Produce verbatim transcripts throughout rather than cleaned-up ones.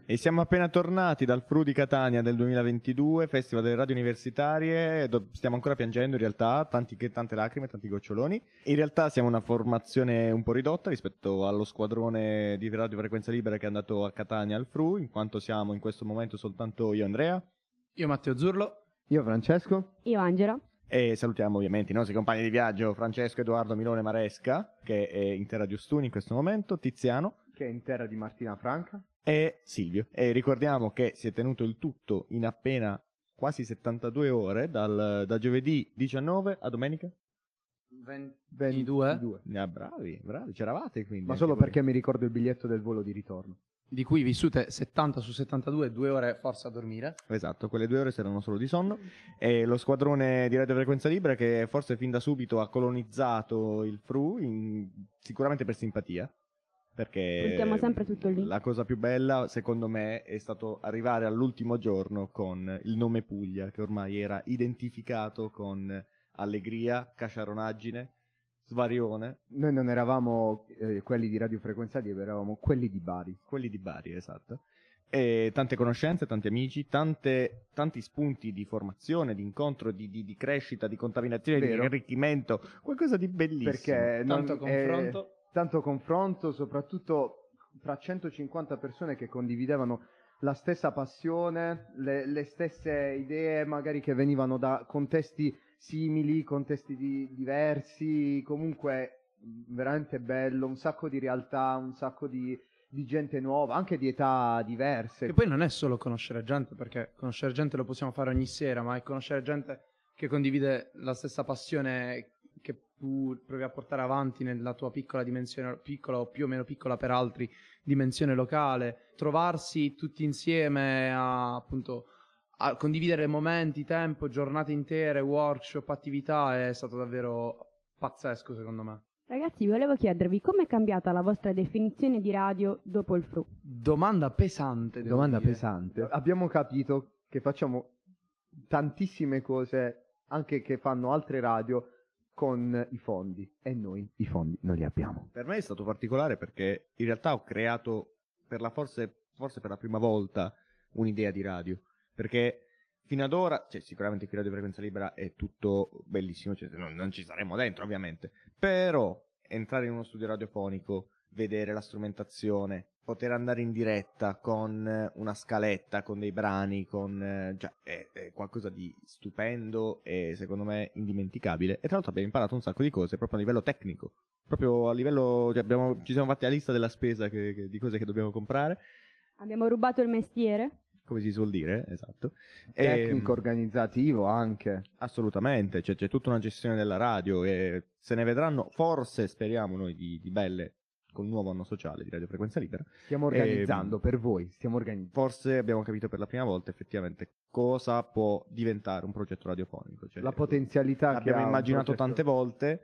E siamo appena tornati dal Fru di Catania del duemilaventidue, Festival delle Radio Universitarie. Do- stiamo ancora piangendo in realtà, tanti, che- tante lacrime, tanti goccioloni. In realtà siamo una formazione un po' ridotta rispetto allo squadrone di Radio Frequenza Libera che è andato a Catania al Fru, in quanto siamo in questo momento soltanto io e Andrea. Io Matteo Zurlo. Io Francesco. Io Angela. E salutiamo ovviamente i nostri compagni di viaggio, Francesco Edoardo Milone Maresca, che è in terra di Ostuni in questo momento, Tiziano, Che è in terra di Martina Franca. E Silvio. E ricordiamo che si è tenuto il tutto in appena quasi settantadue ore, dal, da giovedì diciannove a domenica ventidue. ventidue. Ah, bravi, bravi, c'eravate quindi. Ma anche solo voi. perché mi ricordo il biglietto del volo di ritorno. Di cui vissute settanta su settantadue, due ore forse a dormire. Esatto, quelle due ore erano solo di sonno. E lo squadrone di Radio Frequenza Libera che forse fin da subito ha colonizzato il Fru, in- sicuramente per simpatia. Perché Puntiamo sempre tutto lì. la cosa più bella, secondo me, è stato arrivare all'ultimo giorno con il nome Puglia, che ormai era identificato con allegria, casciaronaggine, svarione. Noi non eravamo eh, quelli di Radio Frequenza Libera, eravamo quelli di Bari. Quelli di Bari, esatto. E tante conoscenze, tanti amici, tante, tanti spunti di formazione, di incontro, di, di, di crescita, di contaminazione, Vero. di arricchimento, qualcosa di bellissimo. Perché Tanto non- eh, confronto. tanto confronto, soprattutto fra centocinquanta persone che condividevano la stessa passione, le, le stesse idee, magari che venivano da contesti simili, contesti di- diversi, comunque veramente bello, un sacco di realtà, un sacco di, di gente nuova, anche di età diverse. Che poi non è solo conoscere gente, perché conoscere gente lo possiamo fare ogni sera, ma è conoscere gente che condivide la stessa passione che tu provi a portare avanti nella tua piccola dimensione, piccola o più o meno piccola per altri, dimensione locale. Trovarsi tutti insieme a, appunto, a condividere momenti, tempo, giornate intere, workshop, attività, è stato davvero pazzesco secondo me. Ragazzi, volevo chiedervi com'è cambiata la vostra definizione di radio dopo il Fru? Domanda pesante, devo Domanda dire. pesante. Abbiamo capito che facciamo tantissime cose, anche che fanno altre radio, con i fondi. E noi i fondi non li abbiamo. Per me è stato particolare perché in realtà ho creato per la forse, forse per la prima volta un'idea di radio, perché fino ad ora, cioè sicuramente qui Radio Frequenza Libera è tutto bellissimo, cioè, non, non ci saremo dentro ovviamente, però entrare in uno studio radiofonico, vedere la strumentazione, poter andare in diretta con eh, una scaletta, con dei brani, con eh, cioè, è, è qualcosa di stupendo e secondo me indimenticabile. E tra l'altro abbiamo imparato un sacco di cose proprio a livello tecnico, proprio a livello, cioè abbiamo, ci siamo fatti la lista della spesa che- che- di cose che dobbiamo comprare, Abbiamo rubato il mestiere? come si suol dire, esatto. Tecnico, E, organizzativo anche. assolutamente, cioè, c'è tutta una gestione della radio e se ne vedranno, forse speriamo noi di, di belle col nuovo anno sociale di Radio Frequenza Libera. Stiamo organizzando per voi, stiamo organizzando. Forse abbiamo capito per la prima volta effettivamente cosa può diventare un progetto radiofonico. Cioè, La potenzialità che l'abbiamo ha un immaginato progetto- tante volte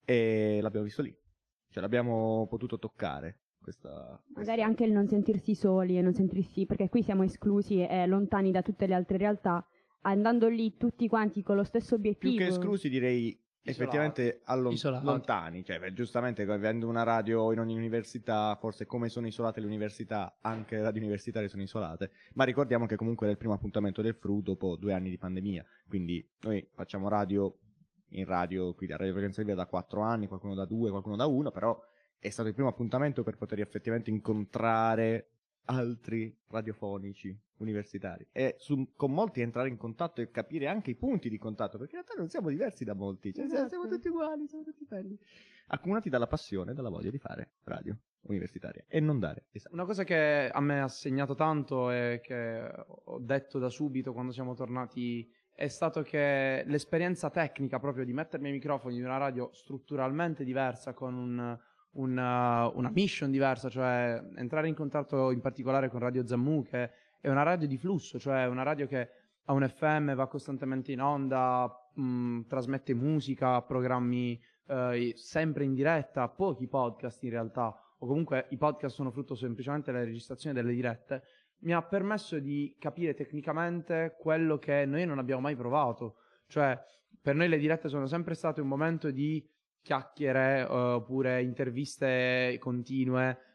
e l'abbiamo visto lì. Cioè l'abbiamo potuto toccare. Questa, Magari anche il non sentirsi soli e non sentirsi, perché qui siamo esclusi e lontani da tutte le altre realtà, andando lì tutti quanti con lo stesso obiettivo. più che esclusi direi effettivamente allon- Isolati. lontani, cioè beh, giustamente avendo una radio in ogni università, forse come sono isolate le università, anche le radio universitarie sono isolate, ma ricordiamo che comunque è il primo appuntamento del Fru dopo due anni di pandemia, quindi noi facciamo radio in radio qui da Radio Frequenza Libera da quattro anni, qualcuno da due, qualcuno da uno, però è stato il primo appuntamento per poter effettivamente incontrare altri radiofonici universitari e su- con molti entrare in contatto e capire anche i punti di contatto, perché in realtà non siamo diversi da molti, cioè siamo- siamo Esatto. tutti uguali, siamo tutti belli, accomunati dalla passione e dalla voglia di fare radio universitaria e non dare esatto. Una cosa che a me ha segnato tanto e che ho detto da subito quando siamo tornati è stato che l'esperienza tecnica proprio di mettermi ai microfoni di una radio strutturalmente diversa con un, un, uh, una mission diversa, cioè entrare in contatto in particolare con Radio Zammu, che è una radio di flusso, cioè una radio che ha un F M, va costantemente in onda, mh, trasmette musica, programmi eh, sempre in diretta, pochi podcast in realtà, o comunque i podcast sono frutto semplicemente della registrazione delle dirette, mi ha permesso di capire tecnicamente quello che noi non abbiamo mai provato. Cioè, per noi le dirette sono sempre state un momento di chiacchiere eh, oppure interviste continue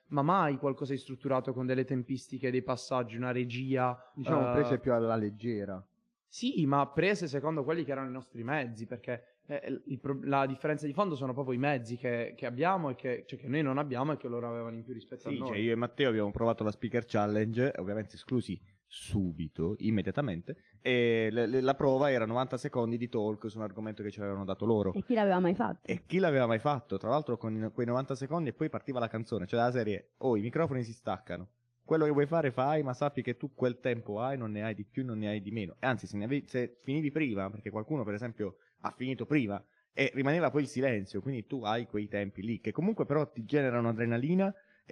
ma mai qualcosa di strutturato con delle tempistiche, dei passaggi, una regia. Diciamo eh, prese più alla leggera. Sì, ma prese secondo quelli che erano i nostri mezzi, perché eh, il pro- la differenza di fondo sono proprio i mezzi che, che abbiamo e che, cioè, che noi non abbiamo e che loro avevano in più rispetto a Sì, noi. cioè io e Matteo abbiamo provato la Speaker Challenge, ovviamente esclusi subito, immediatamente, e le- le- la prova era novanta secondi di talk su un argomento che ci avevano dato loro. E chi l'aveva mai fatto? E chi l'aveva mai fatto? Tra l'altro con quei novanta secondi e poi partiva la canzone, cioè la serie, oh, i microfoni si staccano. Quello che vuoi fare fai, ma sappi che tu quel tempo hai, non ne hai di più, non ne hai di meno. E anzi, se, ne avevi, se finivi prima, perché qualcuno per esempio ha finito prima, e rimaneva poi il silenzio, quindi tu hai quei tempi lì, che comunque però ti generano adrenalina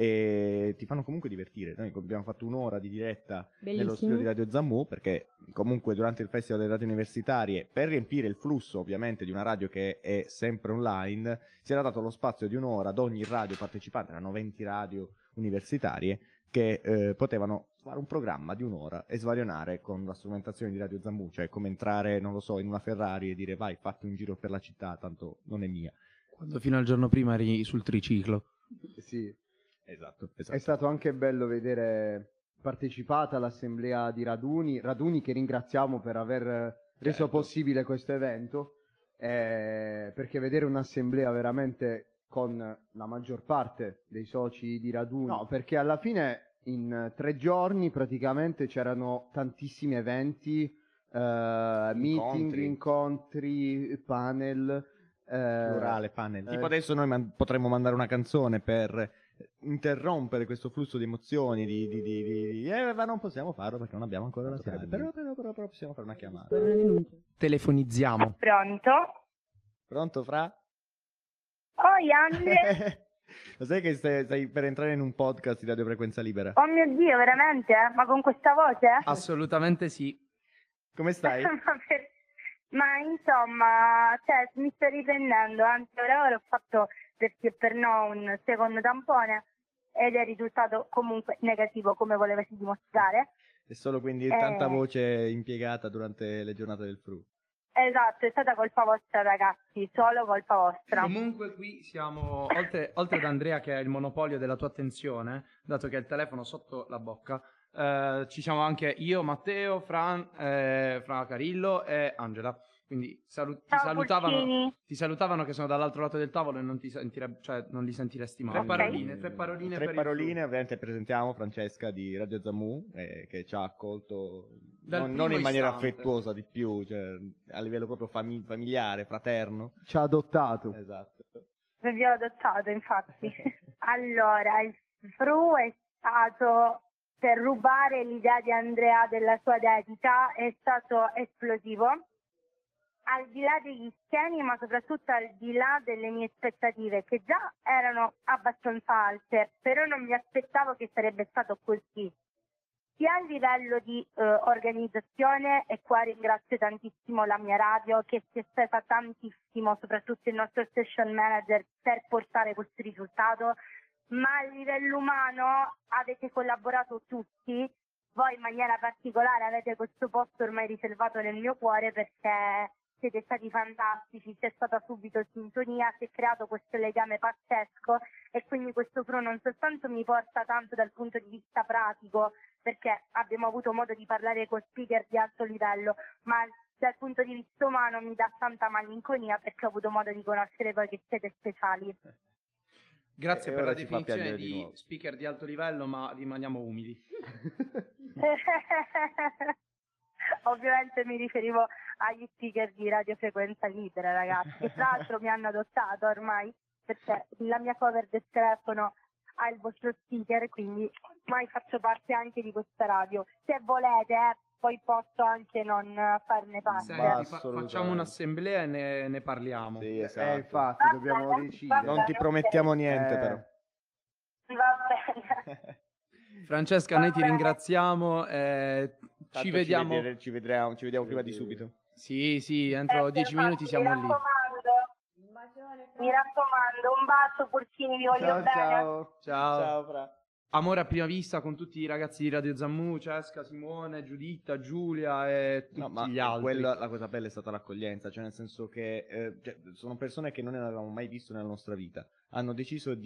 e ti fanno comunque divertire. Noi abbiamo fatto un'ora di diretta nello Bellissimo. studio di Radio Zammu, perché comunque durante il Festival delle Radio Universitarie, per riempire il flusso ovviamente di una radio che è sempre online, si era dato lo spazio di un'ora ad ogni radio partecipante, erano venti radio universitarie, che eh, potevano fare un programma di un'ora e svarionare con la strumentazione di Radio Zammu, cioè come entrare, non lo so, in una Ferrari e dire vai, fatti un giro per la città, tanto non è mia. Quando fino al giorno prima eri sul triciclo. Sì. Esatto, È esatto. stato anche bello vedere partecipata all'assemblea di Raduni, Raduni che ringraziamo per aver reso Certo. possibile questo evento, eh, perché vedere un'assemblea veramente con la maggior parte dei soci di Raduni, no, perché alla fine in tre giorni praticamente c'erano tantissimi eventi, eh, meeting, incontri, panel, eh, Plurale, panel. eh, Tipo adesso noi man- potremmo mandare una canzone per interrompere questo flusso di emozioni, di, di, di, di- di- eh, ma non possiamo farlo perché non abbiamo ancora la chiave, però, però, però, però possiamo fare una chiamata. Per una denuncia. Telefonizziamo. Pronto? Pronto, Fra? Oh, Yandre. Lo sai che stai, stai per entrare in un podcast di Radio Frequenza Libera? Oh mio Dio, veramente? Ma con questa voce? Assolutamente sì. Come stai? ma, per- ma insomma, cioè, mi sto riprendendo, anzi ora ho fatto per sì e per no un secondo tampone ed è risultato comunque negativo come volevasi dimostrare. È solo quindi Eh. tanta voce impiegata durante le giornate del Fru. Esatto, è stata colpa vostra ragazzi, solo colpa vostra. Comunque qui siamo, oltre, oltre ad Andrea che ha il monopolio della tua attenzione, dato che ha il telefono sotto la bocca, eh, ci siamo anche io, Matteo, Fran, eh, Fra Carillo e Angela. Quindi salu- ti, Ciao, salutavano, Pulcini. ti salutavano che sono dall'altro lato del tavolo e non, ti sentire- cioè, non li sentiresti mai. Tre Ok. paroline, tre paroline Tre per paroline, il Fru. ovviamente presentiamo Francesca di Radio Zammu, eh, che ci ha accolto Dal non, primo non in maniera istante. affettuosa di più, cioè a livello proprio fami- familiare, fraterno. ci ha adottato. Esatto. Vi ho adottato, infatti. Allora, il Fru è stato, per rubare l'idea di Andrea della sua dedica, è stato esplosivo, al di là degli schemi, ma soprattutto al di là delle mie aspettative, che già erano abbastanza alte, però non mi aspettavo che sarebbe stato così. Sia a livello di eh, organizzazione, e qua ringrazio tantissimo la mia radio che si è spesa tantissimo, soprattutto il nostro station manager, per portare questo risultato, ma a livello umano avete collaborato tutti, voi in maniera particolare avete questo posto ormai riservato nel mio cuore perché siete stati fantastici, c'è stata subito sintonia, si è creato questo legame pazzesco e quindi questo Fru non soltanto mi porta tanto dal punto di vista pratico, perché abbiamo avuto modo di parlare con speaker di alto livello, ma dal punto di vista umano mi dà tanta malinconia perché ho avuto modo di conoscere voi che siete speciali. Grazie E per ora la ci fa definizione piangere di di, nuovo. speaker di alto livello, ma rimaniamo umili. Ovviamente mi riferivo agli speaker di Radio Frequenza Libera, ragazzi, che tra l'altro mi hanno adottato ormai, perché la mia cover del telefono ha il vostro speaker, quindi ormai faccio parte anche di questa radio. Se volete, eh, poi posso anche non farne parte. Senti, fa- assolutamente. facciamo un'assemblea e ne, ne parliamo. Sì, Eh, esatto. infatti, Va dobbiamo bene, decidere. va Non ti promettiamo niente, Eh. però. Va bene. Francesca, noi ti Va bene. ringraziamo. eh, Tanto ci vediamo. vedere- ci vedremo, ci vediamo prima di subito. Sì, sì, entro Eh, dieci perfetto, minuti siamo mi lì. raccomando. Mi raccomando, un bacio Pulcini, vi voglio Ciao, bene. ciao. Ciao. Fra. Amore a prima vista con tutti i ragazzi di Radio Zammu, Cesca, Simone, Giuditta, Giulia e tutti No, ma gli altri. quella, la cosa bella è stata l'accoglienza, cioè nel senso che eh, cioè, sono persone che non ne avevamo mai visto nella nostra vita. Hanno deciso di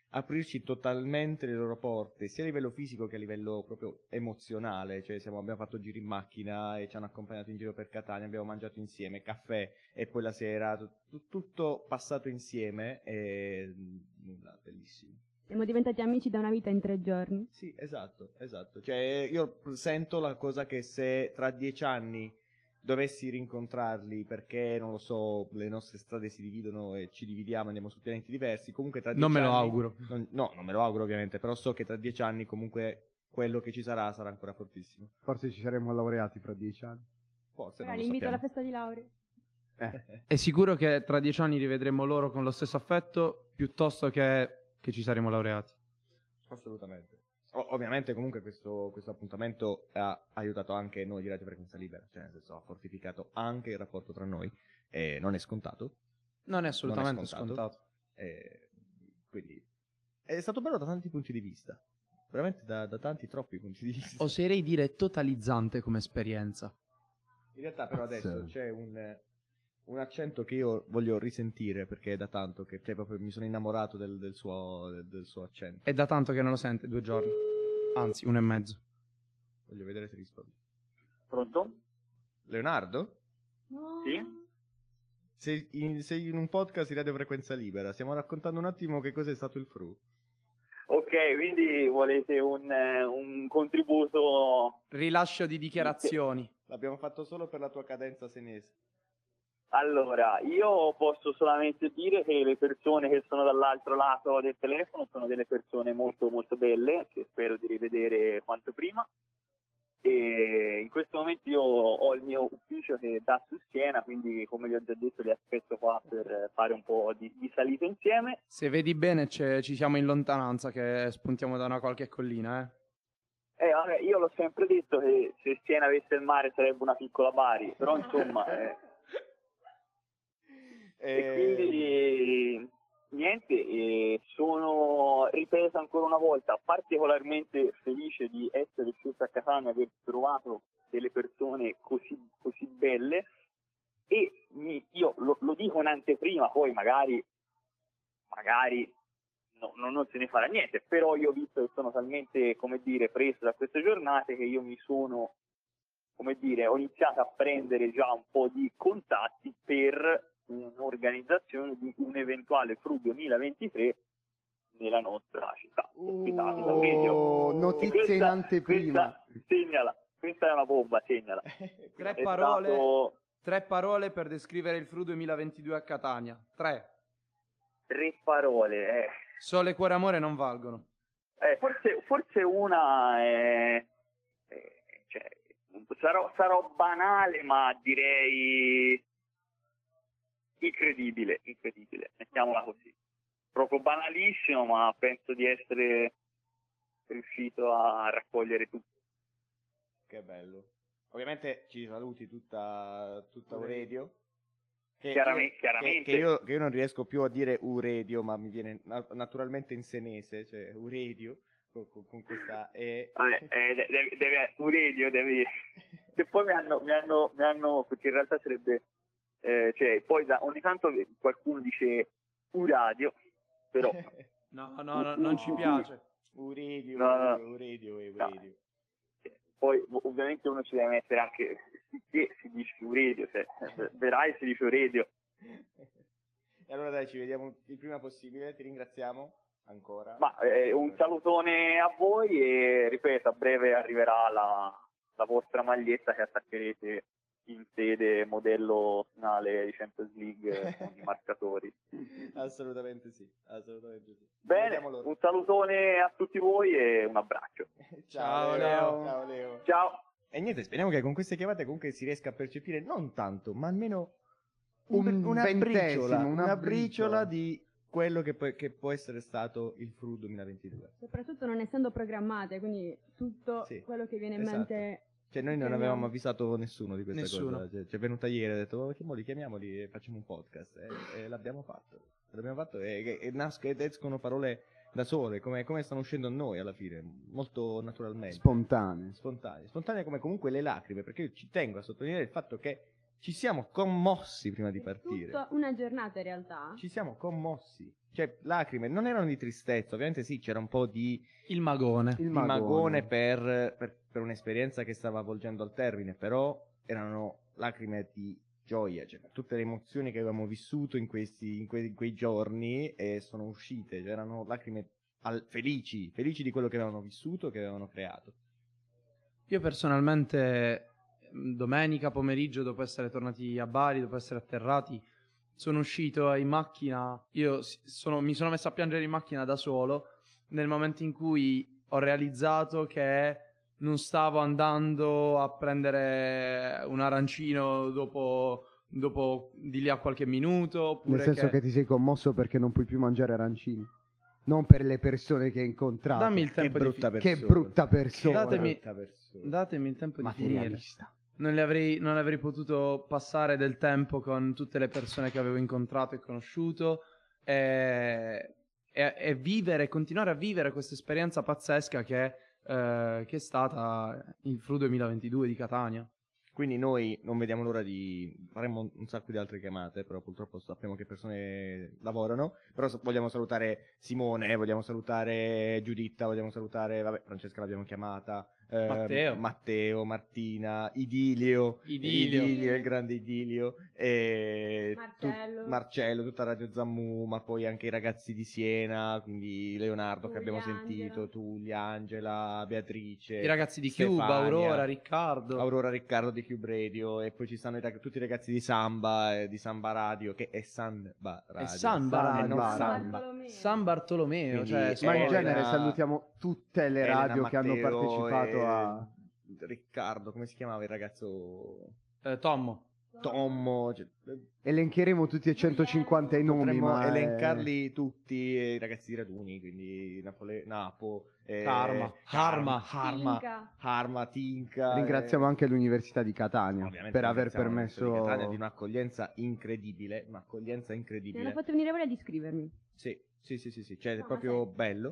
aprirci totalmente le loro porte, sia a livello fisico che a livello proprio emozionale. Cioè siamo, abbiamo fatto giri in macchina e ci hanno accompagnato in giro per Catania, abbiamo mangiato insieme, caffè e poi la sera, t- tutto passato insieme e nulla, bellissimo. Siamo diventati amici da una vita in tre giorni. Sì, esatto, esatto. Cioè io sento la cosa che se tra dieci anni dovessi rincontrarli perché, non lo so, le nostre strade si dividono e ci dividiamo, andiamo su pianeti diversi, comunque tra dieci Non me lo anni- auguro. non- no, non me lo auguro ovviamente, però so che tra dieci anni comunque quello che ci sarà sarà ancora fortissimo. Forse ci saremo laureati fra dieci anni. Forse Ora non lo li invito alla sappiamo. festa di laurea. Eh. È sicuro che tra dieci anni rivedremo loro con lo stesso affetto piuttosto che che ci saremo laureati. Assolutamente. O- ovviamente comunque questo, questo appuntamento ha aiutato anche noi di Radio Frequenza Libera, cioè nel senso ha fortificato anche il rapporto tra noi, e non è scontato. Non è assolutamente Non è scontato. scontato. E quindi è stato bello da tanti punti di vista, veramente da, da tanti, troppi punti di vista. Oserei dire totalizzante come esperienza. In realtà però adesso Pazzesco. c'è un, un accento che io voglio risentire perché è da tanto che cioè, proprio mi sono innamorato del, del suo, del, del suo accento. È da tanto che non lo sente, due giorni. Anzi, uno e mezzo. Voglio vedere se rispondi. Pronto? Leonardo? Sì? Sei in, sei in un podcast di Radio Frequenza Libera, stiamo raccontando un attimo che cos'è stato il Fru. Ok, quindi volete un, eh, un contributo. Rilascio di dichiarazioni. L'abbiamo fatto solo per la tua cadenza senese. Allora, io posso solamente dire che le persone che sono dall'altro lato del telefono sono delle persone molto molto belle, che spero di rivedere quanto prima. E in questo momento io ho il mio ufficio che dà su Siena, quindi come vi ho già detto li aspetto qua per fare un po' di, di salita insieme. Se vedi bene c'è- ci siamo in lontananza che spuntiamo da una qualche collina, eh. Eh, vabbè, io l'ho sempre detto che se Siena avesse il mare sarebbe una piccola Bari, però insomma... eh, E quindi niente, eh, sono, ripeto ancora una volta, particolarmente felice di essere sceso a Catania, aver trovato delle persone così, così belle e mi- io lo, lo dico in anteprima, poi magari, magari no, no, non se ne farà niente, però io ho visto che sono talmente, come dire, preso da queste giornate che io mi sono, come dire, ho iniziato a prendere già un po' di contatti per un'organizzazione di un eventuale Fru duemilaventitré nella nostra città. ospitata da Medio. Oh, E notizie questa- in anteprima. questa- segnala, questa è una bomba, segnala. Tre È parole, stato tre parole per descrivere il Fru duemilaventidue a Catania. Tre. tre parole. eh. Sole, cuore, amore non valgono. Eh, forse, forse una è, è- cioè, sarò, sarò banale, ma direi incredibile, incredibile, mettiamola così. Proprio banalissimo, ma penso di essere riuscito a raccogliere tutto. Che bello. Ovviamente ci saluti tutta, tutta Uredio. Che Chiaramente- io, chiaramente. Che, che io, che io non riesco più a dire Uredio, ma mi viene na- naturalmente in senese, cioè Uredio, con, con- con questa E. Vabbè, eh, de- deve, deve, Uredio, devi... Che poi mi hanno, mi hanno, mi hanno, perché in realtà sarebbe, eh, cioè, poi da, ogni tanto qualcuno dice Uradio, però... No, no, no, non ci piace. Uredio, No, no. Uredio e No. Uredio. Poi ovviamente uno ci deve mettere anche che si dice Uredio, cioè, Verai si dice Uredio. E allora dai, ci vediamo il prima possibile, ti ringraziamo ancora. Ma eh, un salutone a voi e ripeto, a breve arriverà la, la vostra maglietta che attaccherete in sede modello finale di Champions League con i marcatori. Assolutamente sì, assolutamente sì. Ci Bene, vediamo allora. un salutone a tutti voi e un abbraccio. Ciao, Leo. Leo. Ciao Leo. Ciao! E niente, speriamo che con queste chiamate comunque si riesca a percepire non tanto, ma almeno un- Un una ventesimo, briciola, una una, briciola. briciola di quello che, può- che può essere stato il Fru duemilaventidue. Soprattutto non essendo programmate, quindi tutto Sì, quello che viene in esatto. mente. Cioè noi non Chiamiamo. avevamo avvisato nessuno di questa Nessuno. cosa, cioè, ci è venuta ieri, ha detto "Oh, che modi chiamiamoli e facciamo un podcast" e, e l'abbiamo fatto, l'abbiamo fatto e, e, e nascono ed escono parole da sole, come, come stanno uscendo a noi alla fine, molto naturalmente. Spontanee. Spontanee, spontanee come comunque le lacrime, perché io ci tengo a sottolineare il fatto che ci siamo commossi prima di È partire. tutta una giornata in realtà. Ci siamo commossi. Cioè, lacrime, non erano di tristezza, ovviamente sì, c'era un po' di, Il magone. Il di magone. magone per, per, per un'esperienza che stava volgendo al termine, però erano lacrime di gioia, cioè tutte le emozioni che avevamo vissuto in questi in, que- in quei giorni e sono uscite, cioè, erano lacrime al- felici, felici di quello che avevano vissuto, che avevano creato. Io personalmente mh, domenica pomeriggio, dopo essere tornati a Bari, dopo essere atterrati, sono uscito in macchina. Io s- sono- mi sono messo a piangere in macchina da solo nel momento in cui ho realizzato che non stavo andando a prendere un arancino dopo, dopo di lì a qualche minuto. Oppure Nel senso che... che ti sei commosso perché non puoi più mangiare arancini. Non per le persone che hai incontrato. dammi il Che tempo di brutta fi- Che persona. brutta persona. Datemi- brutta persona. datemi il tempo di finire. Materialista. Non, le avrei, non avrei potuto passare del tempo con tutte le persone che avevo incontrato e conosciuto e, e- e vivere, continuare a vivere questa esperienza pazzesca che, eh, che è stata il Fru duemilaventidue di Catania. Quindi noi non vediamo l'ora di... faremo un sacco di altre chiamate, però purtroppo sappiamo che persone lavorano, però so- vogliamo salutare Simone, vogliamo salutare Giuditta, vogliamo salutare, vabbè, Francesca l'abbiamo chiamata, eh, Matteo. Matteo, Martina, Idilio, Idilio. il grande Idilio, e Marcello. tut- Marcello, tutta Radio Zammu, ma poi anche i ragazzi di Siena, quindi Leonardo che abbiamo Tullia, sentito, Angela. Tullia, Angela, Beatrice, I ragazzi di Cube, Stefania, Aurora, Riccardo. Aurora Riccardo di Cube Radio, e poi ci stanno i rag- tutti i ragazzi di Samba, eh, di Samba Radio, che è Samba Radio. Samba Radio, e non San Samba. Bartolomeo. San Bartolomeo, Quindi, cioè, Ma in Elena- genere salutiamo tutte le Elena, radio che hanno Matteo partecipato e a... Riccardo, come si chiamava il ragazzo? eh, Tommo. Tommo, cioè, Elencheremo tutti e centocinquanta i nomi, potremmo ma... eh, elencarli tutti, eh, i ragazzi di Raduni, quindi Napole, Napo, eh, Karma, Harma, Harma, Tinka. Harma, Tinka. Ringraziamo eh, anche l'Università di Catania ovviamente per aver ringraziamo l'Università permesso... di Catania di un'accoglienza incredibile, un'accoglienza Mi hanno incredibile. fatto venire voglia di iscrivermi. Sì, sì, sì, sì, sì, cioè è No, proprio ma bello.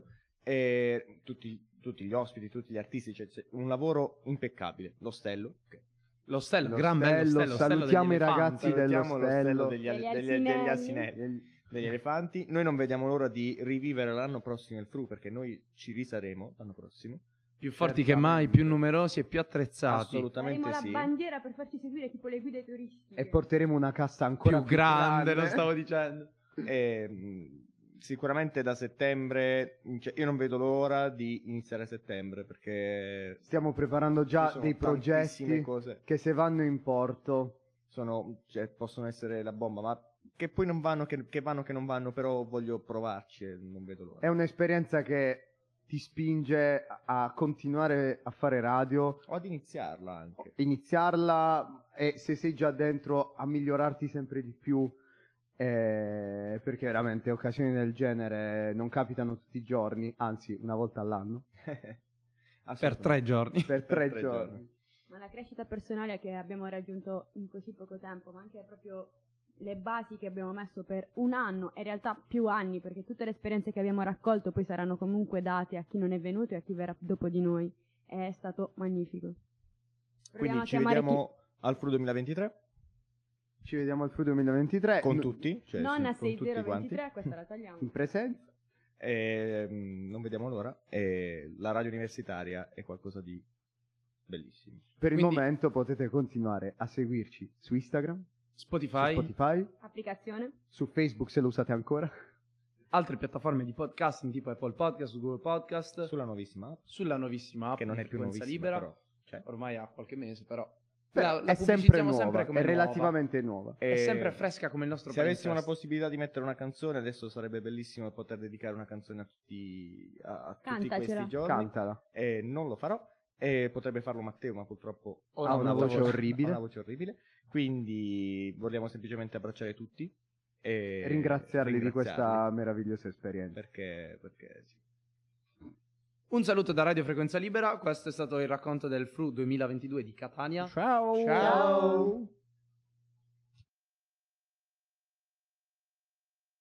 E tutti, tutti gli ospiti, tutti gli artisti, cioè, c'è un lavoro impeccabile. L'Ostello, che Lo Stello, Lo gran bello Stello, Stello, Stello salutiamo degli i ragazzi elefanti. dello salutiamo lo Stello. Stello degli, Degli degli, degli asinelli. asinelli, degli elefanti. Noi non vediamo l'ora di rivivere l'anno prossimo il Fru, perché noi ci risaremo l'anno prossimo. Più forti che mai, più numerosi e più attrezzati. Assolutamente Faremo la sì. bandiera per farci seguire tipo le guide turistiche. E porteremo una cassa ancora Più grande, lo stavo dicendo. E, mh, sicuramente da settembre, cioè, io non vedo l'ora di iniziare a settembre, perché Stiamo preparando già ci sono dei tantissime progetti cose. che se vanno in porto... Sono, cioè, possono essere la bomba, ma che poi non vanno, che, che vanno, che non vanno, però voglio provarci e non vedo l'ora. È un'esperienza che ti spinge a continuare a fare radio, O ad iniziarla anche. iniziarla e se sei già dentro a migliorarti sempre di più, eh, perché veramente occasioni del genere non capitano tutti i giorni, anzi una volta all'anno, Per tre giorni. per tre, tre giorni. giorni. Ma la crescita personale che abbiamo raggiunto in così poco tempo, ma anche proprio le basi che abbiamo messo per un anno, e in realtà più anni, perché tutte le esperienze che abbiamo raccolto poi saranno comunque date a chi non è venuto e a chi verrà dopo di noi. È stato magnifico. Proviamo Quindi a ci chiamare vediamo al Fru duemilaventitré Ci vediamo al Fru duemilaventitré con n- tutti, chi. cioè, Non sì, a con tutti quanti. sessantasei questa la tagliamo. in presenza. E, mm, non vediamo l'ora. E la radio universitaria è qualcosa di bellissimo. Per il Quindi- momento potete continuare a seguirci su Instagram, Spotify, su Spotify, Applicazione. su Facebook se lo usate ancora. altre piattaforme di podcasting tipo Apple Podcast, Google Podcast, Sulla nuovissima app, sulla nuovissima app che non di è più Frequenza nuovissima, libera. però cioè. Ormai ha qualche mese, però Però la, la è sempre pubblicizziamo nuova, sempre come è nuova. relativamente nuova. È E sempre fresca come il nostro Se avessimo la palinsesto. possibilità di mettere una canzone, adesso sarebbe bellissimo poter dedicare una canzone a tutti, a, a tutti Cantacela. questi giorni. Cantala. E non lo farò. E potrebbe farlo Matteo, ma purtroppo Oh, Ha no, una no, voce no. orribile. ha una voce orribile. Quindi vogliamo semplicemente abbracciare tutti e Ringraziarli di questa ringraziarli, meravigliosa esperienza. perché, perché sì. Un saluto da Radio Frequenza Libera, questo è stato il racconto del Fru duemilaventidue di Catania. Ciao! Ciao.